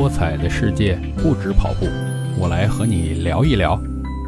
多彩的世界不止跑步，我来和你聊一聊。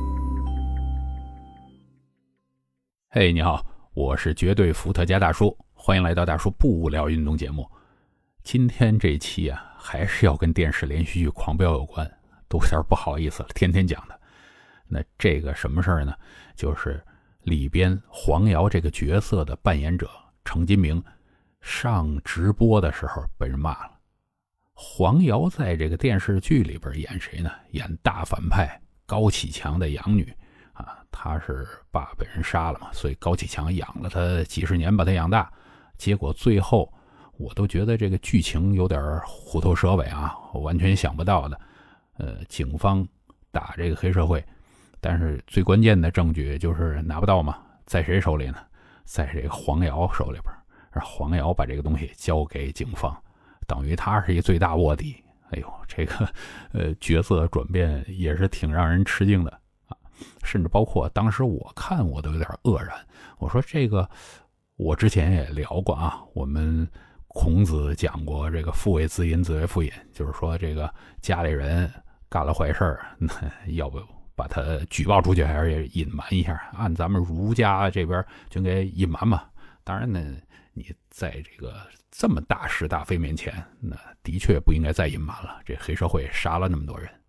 嘿，你好，我是绝对伏特加大叔，欢迎来到大叔不无聊运动节目。今天这期啊，还是要跟电视连续剧《狂飙》有关，都有点不好意思了，天天讲的。那这个什么事儿呢？就是里边黄瑶这个角色的扮演者程金明上直播的时候被人骂了。黄瑶在这个电视剧里边演谁呢？演大反派高启强的养女啊，她是爸被人杀了嘛，所以高启强养了她几十年，把她养大。结果最后我都觉得这个剧情有点虎头蛇尾啊，我完全想不到的。警方打这个黑社会，但是最关键的证据就是拿不到嘛，在谁手里呢？在这个黄瑶手里边，让黄瑶把这个东西交给警方。等于他是一最大卧底。哎呦，这个角色转变也是挺让人吃惊的啊！甚至包括当时我看我都有点愕然。我说这个我之前也聊过啊，我们孔子讲过这个父为子隐，子为父隐，就是说这个家里人干了坏事，那要不把他举报出去，还是隐瞒一下？按咱们儒家这边就给隐瞒嘛。当然呢，你在这个这么大是大非面前，那的确不应该再隐瞒了。这黑社会杀了那么多人。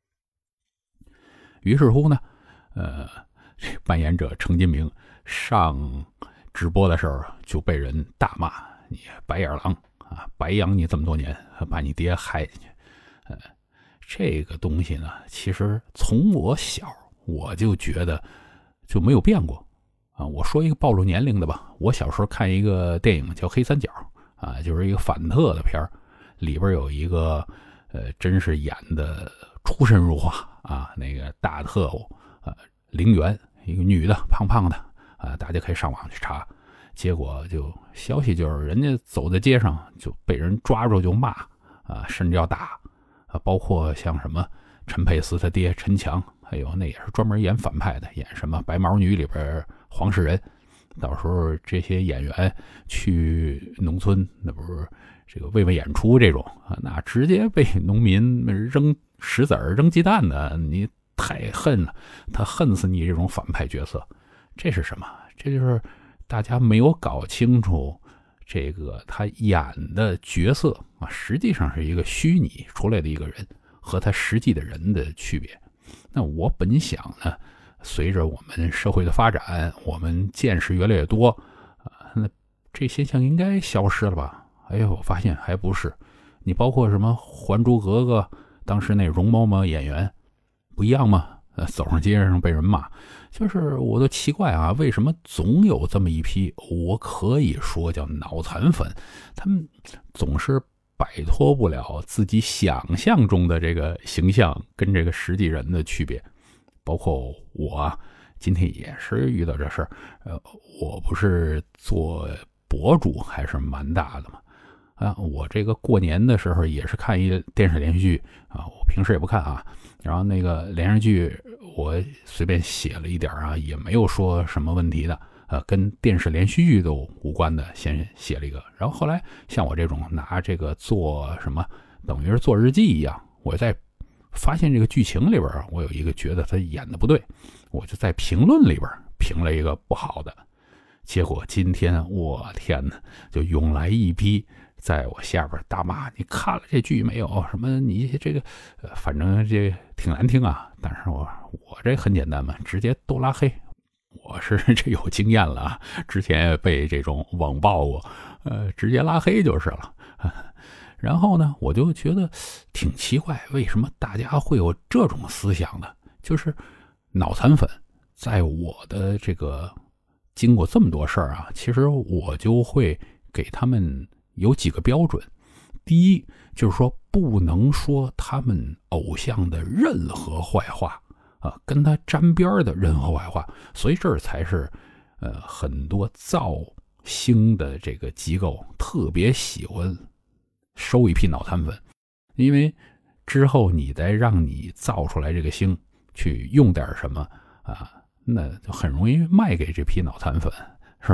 于是乎呢，这扮演者程金明上直播的时候就被人大骂：“你白眼狼啊，白养你这么多年，把你爹害进去。”这个东西呢，其实从我小我就觉得就没有变过。啊，我说一个暴露年龄的吧。我小时候看一个电影叫《黑三角》啊，就是一个反特的片儿，里边有一个真是演的出神入化啊，那个大特务陵园，一个女的胖胖的啊，大家可以上网去查。结果就消息就是人家走在街上就被人抓住就骂啊，甚至要打啊，包括像什么陈佩斯他爹陈强，还有那也是专门演反派的，演什么白毛女里边黄世仁。到时候这些演员去农村，那不是这个慰问演出这种啊，那直接被农民扔石子扔鸡蛋的，你太恨了，他恨死你这种反派角色。这是什么？这就是大家没有搞清楚这个他演的角色啊，实际上是一个虚拟出来的一个人，和他实际的人的区别。那我本想呢，随着我们社会的发展，我们见识越来越多那这现象应该消失了吧？哎呦，我发现还不是。你包括什么《还珠格格》，当时那容嬷嬷演员不一样吗？走上街上被人骂，就是我都奇怪啊，为什么总有这么一批，我可以说叫脑残粉，他们总是摆脱不了自己想象中的这个形象跟这个实际人的区别。包括我啊，今天也是遇到这事儿。我不是做博主还是蛮大的嘛。啊，我这个过年的时候也是看一电视连续剧啊，我平时也不看啊。然后那个连续剧我随便写了一点啊，也没有说什么问题的。跟电视连续剧都无关的，先写了一个。然后后来像我这种拿这个做什么，等于是做日记一样，我在发现这个剧情里边，我有一个觉得他演的不对，我就在评论里边评了一个不好的。结果今天我天哪，就涌来一批在我下边大骂：“你看了这剧没有？什么你这个反正这挺难听啊。”但是我这很简单嘛，直接都拉黑。我是这有经验了啊，之前也被这种网暴过，直接拉黑就是了。然后呢，我就觉得挺奇怪，为什么大家会有这种思想呢？就是脑残粉，在我的这个经过这么多事儿啊，其实我就会给他们有几个标准。第一，就是说不能说他们偶像的任何坏话啊，跟他沾边的任何坏话。所以这才是很多造星的这个机构特别喜欢收一批脑残粉，因为之后你再让你造出来这个星去用点什么啊，那就很容易卖给这批脑残粉，是吧？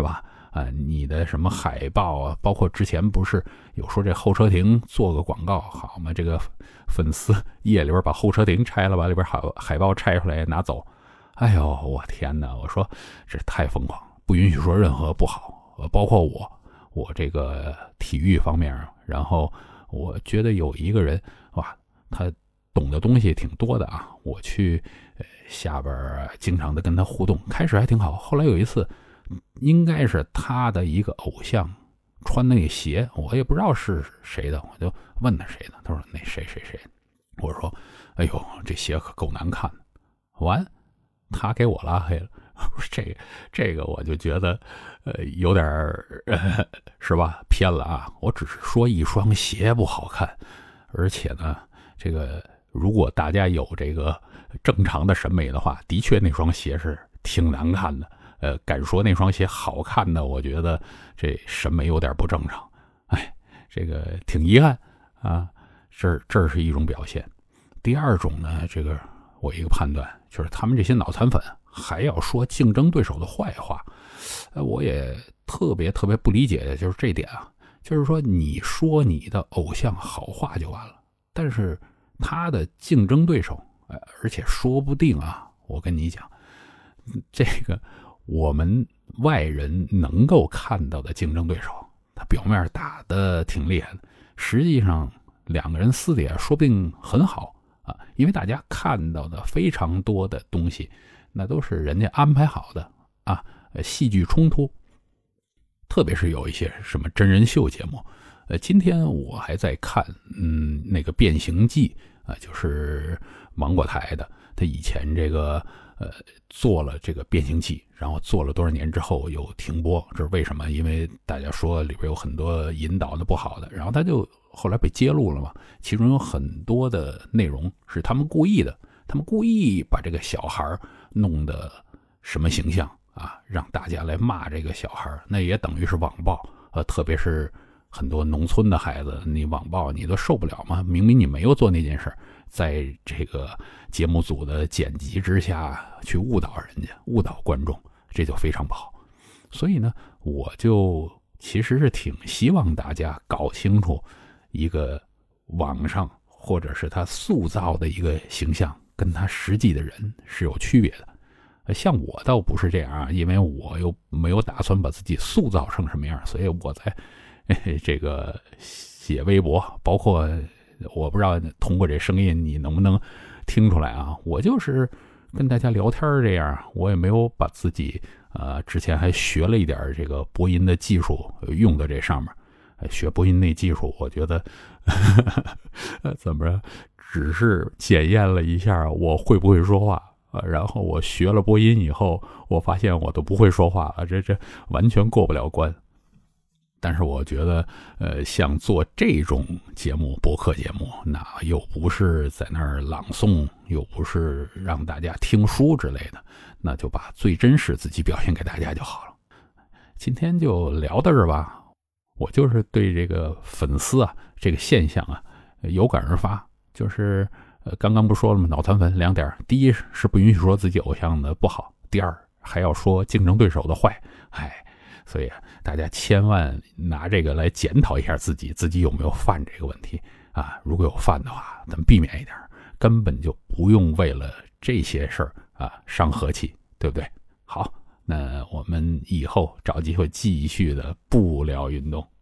你的什么海报啊，包括之前不是有说这候车亭做个广告好吗？这个粉丝夜里边把候车亭拆了，把里边海报拆出来拿走。哎呦，我天哪！我说这太疯狂，不允许说任何不好，包括我这个体育方面，然后我觉得有一个人哇，他懂的东西挺多的啊，我去下边经常的跟他互动，开始还挺好，后来有一次应该是他的一个偶像穿那个鞋，我也不知道是谁的，我就问他谁的，他说那谁谁谁，我说哎呦这鞋可够难看的，完他给我拉黑了。这个我就觉得有点是吧偏了啊，我只是说一双鞋不好看，而且呢这个如果大家有这个正常的审美的话，的确那双鞋是挺难看的，敢说那双鞋好看的，我觉得这审美有点不正常，哎，这个挺遗憾啊，这是一种表现。第二种呢，这个我一个判断就是他们这些脑残粉还要说竞争对手的坏话，我也特别不理解的就是这点啊，就是说你说你的偶像好话就完了，但是他的竞争对手，而且说不定啊，我跟你讲，这个我们外人能够看到的竞争对手，他表面打得挺厉害的，实际上两个人私底下说不定很好啊，因为大家看到的非常多的东西，那都是人家安排好的啊，戏剧冲突，特别是有一些什么真人秀节目，今天我还在看，那个《变形记》啊，就是芒果台的，他以前这个做了这个《变形记》，然后做了多少年之后又停播，这是为什么？因为大家说里边有很多引导的不好的，然后他就后来被揭露了嘛，其中有很多的内容是他们故意的，他们故意把这个小孩弄得什么形象啊，让大家来骂这个小孩，那也等于是网暴，特别是很多农村的孩子，你网暴你都受不了吗？明明你没有做那件事，在这个节目组的剪辑之下去误导人家，误导观众，这就非常不好。所以呢，我就其实是挺希望大家搞清楚一个网上或者是他塑造的一个形象跟他实际的人是有区别的。像我倒不是这样啊，因为我又没有打算把自己塑造成什么样，所以我在这个写微博，包括我不知道通过这声音你能不能听出来啊，我就是跟大家聊天这样，我也没有把自己之前还学了一点这个播音的技术用到这上面，学播音那技术我觉得怎么着只是检验了一下我会不会说话，然后我学了播音以后，我发现我都不会说话了，这完全过不了关。但是我觉得，像做这种节目，播客节目，那又不是在那儿朗诵，又不是让大家听书之类的，那就把最真实自己表现给大家就好了。今天就聊到这儿吧。我就是对这个粉丝啊，这个现象啊，有感而发，就是刚刚不说了吗？脑残粉两点，第一是不允许说自己偶像的不好，第二还要说竞争对手的坏，所以大家千万拿这个来检讨一下自己有没有犯这个问题啊？如果有犯的话，咱们避免一点，根本就不用为了这些事儿啊伤和气，对不对？好，那我们以后找机会继续的不聊运动。